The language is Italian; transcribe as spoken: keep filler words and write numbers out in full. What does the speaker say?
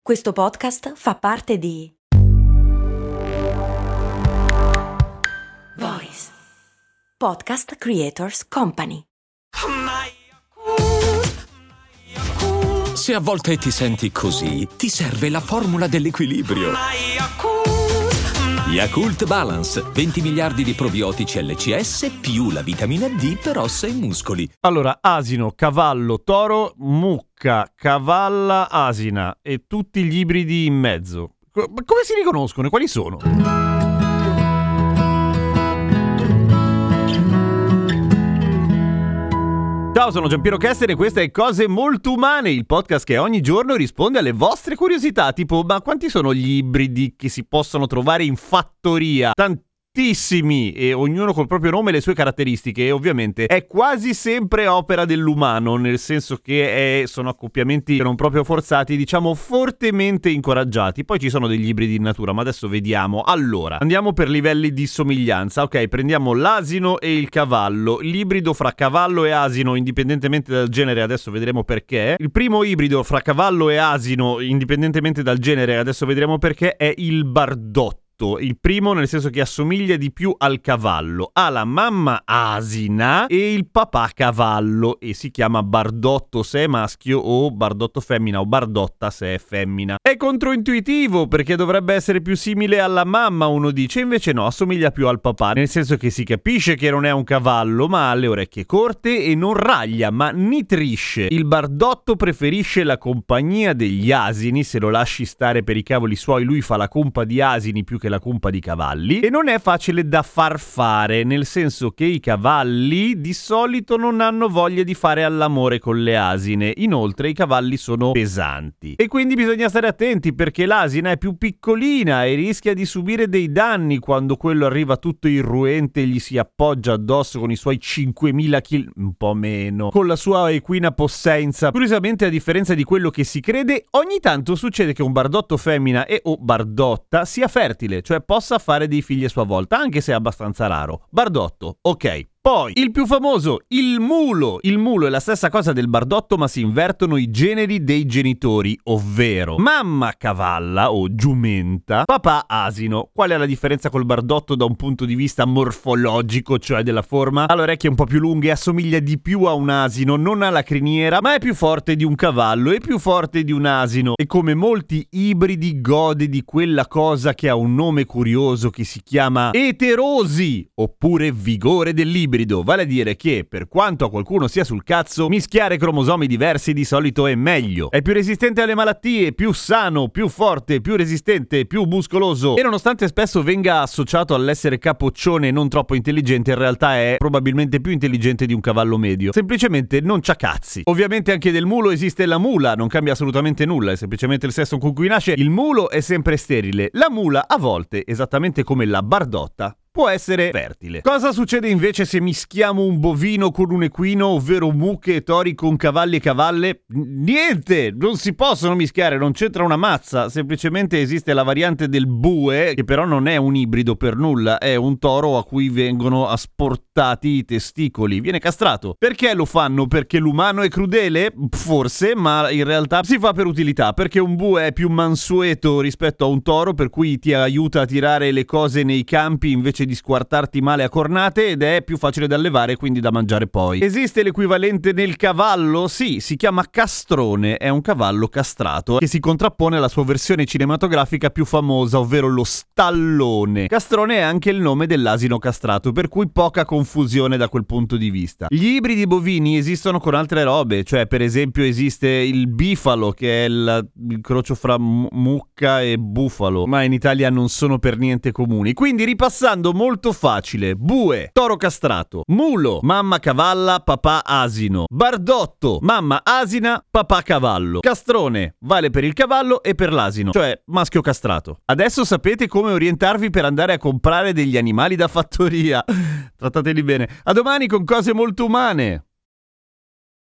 Questo podcast fa parte di Voice Podcast Creators Company. Se a volte ti senti così, ti serve la formula dell'equilibrio. Yakult Balance, venti miliardi di probiotici L C S più la vitamina D per ossa e muscoli. Allora, asino, cavallo, toro, mucca, cavalla, asina e tutti gli ibridi in mezzo. Co- come si riconoscono e quali sono? Ciao, sono Giampiero Kessler e questa è Cose Molto Umane, il podcast che ogni giorno risponde alle vostre curiosità, tipo ma quanti sono gli ibridi che si possono trovare in fattoria? Tantissimi, e ognuno col proprio nome e le sue caratteristiche, e ovviamente è quasi sempre opera dell'umano, nel senso che è, sono accoppiamenti non proprio forzati, diciamo fortemente incoraggiati. Poi ci sono degli ibridi in natura, ma adesso vediamo. Allora, andiamo per livelli di somiglianza. Ok, prendiamo l'asino e il cavallo. L'ibrido fra cavallo e asino, indipendentemente dal genere, adesso vedremo perché. Il primo ibrido fra cavallo e asino, indipendentemente dal genere, adesso vedremo perché, è il bardotto. Il primo nel senso che assomiglia di più al cavallo, ha la mamma asina e il papà cavallo e si chiama bardotto se è maschio o bardotto femmina o bardotta se è femmina. È controintuitivo perché dovrebbe essere più simile alla mamma, uno dice, invece no, assomiglia più al papà, nel senso che si capisce che non è un cavallo ma ha le orecchie corte e non raglia ma nitrisce. Il bardotto preferisce la compagnia degli asini, se lo lasci stare per i cavoli suoi lui fa la cumpa di asini più che la cumpa di cavalli, e non è facile da far fare, nel senso che i cavalli di solito non hanno voglia di fare all'amore con le asine. Inoltre i cavalli sono pesanti e quindi bisogna stare attenti perché l'asina è più piccolina e rischia di subire dei danni quando quello arriva tutto irruente e gli si appoggia addosso con i suoi cinquemila chili, un po' meno, con la sua equina possenza. Curiosamente, a differenza di quello che si crede, ogni tanto succede che un bardotto femmina e o bardotta sia fertile, cioè possa fare dei figli a sua volta, anche se è abbastanza raro. Bardotto, ok. Poi, il più famoso, il mulo. Il mulo è la stessa cosa del bardotto, ma si invertono i generi dei genitori, ovvero mamma cavalla o giumenta, papà asino. Qual è la differenza col bardotto da un punto di vista morfologico, cioè della forma? Ha le orecchie un po' più lunghe, assomiglia di più a un asino, non ha la criniera, ma è più forte di un cavallo e più forte di un asino. E come molti ibridi gode di quella cosa che ha un nome curioso che si chiama eterosi, oppure vigore dell'ibrido. Vale a dire che, per quanto a qualcuno sia sul cazzo, mischiare cromosomi diversi di solito è meglio. È più resistente alle malattie, più sano, più forte, più resistente, più muscoloso. E nonostante spesso venga associato all'essere capoccione e non troppo intelligente, in realtà è probabilmente più intelligente di un cavallo medio. Semplicemente non c'ha cazzi. Ovviamente anche del mulo esiste la mula, non cambia assolutamente nulla, è semplicemente il sesso con cui nasce. Il mulo è sempre sterile. La mula, a volte, esattamente come la bardotta, può essere fertile. Cosa succede invece se mischiamo un bovino con un equino, ovvero mucche e tori con cavalli e cavalle? Niente! Non si possono mischiare, non c'entra una mazza. Semplicemente esiste la variante del bue, che però non è un ibrido per nulla, è un toro a cui vengono asportati i testicoli. Viene castrato. Perché lo fanno? Perché l'umano è crudele? Forse, ma in realtà si fa per utilità, perché un bue è più mansueto rispetto a un toro, per cui ti aiuta a tirare le cose nei campi invece di squartarti male a cornate, ed è più facile da allevare e quindi da mangiare poi. Esiste l'equivalente nel cavallo? Sì, si chiama castrone, è un cavallo castrato che si contrappone alla sua versione cinematografica più famosa, ovvero lo stallone. Castrone è anche il nome dell'asino castrato, per cui poca confusione da quel punto di vista. Gli ibridi bovini esistono con altre robe, cioè per esempio esiste il bifalo, che è il, il crocio fra m- mucca e bufalo, ma in Italia non sono per niente comuni. Quindi, ripassando, molto facile: bue, toro castrato; mulo, mamma cavalla, papà asino; bardotto, mamma asina, papà cavallo; castrone, vale per il cavallo e per l'asino, cioè maschio castrato. Adesso sapete come orientarvi per andare a comprare degli animali da fattoria. Trattateli bene. A domani con Cose Molto Umane.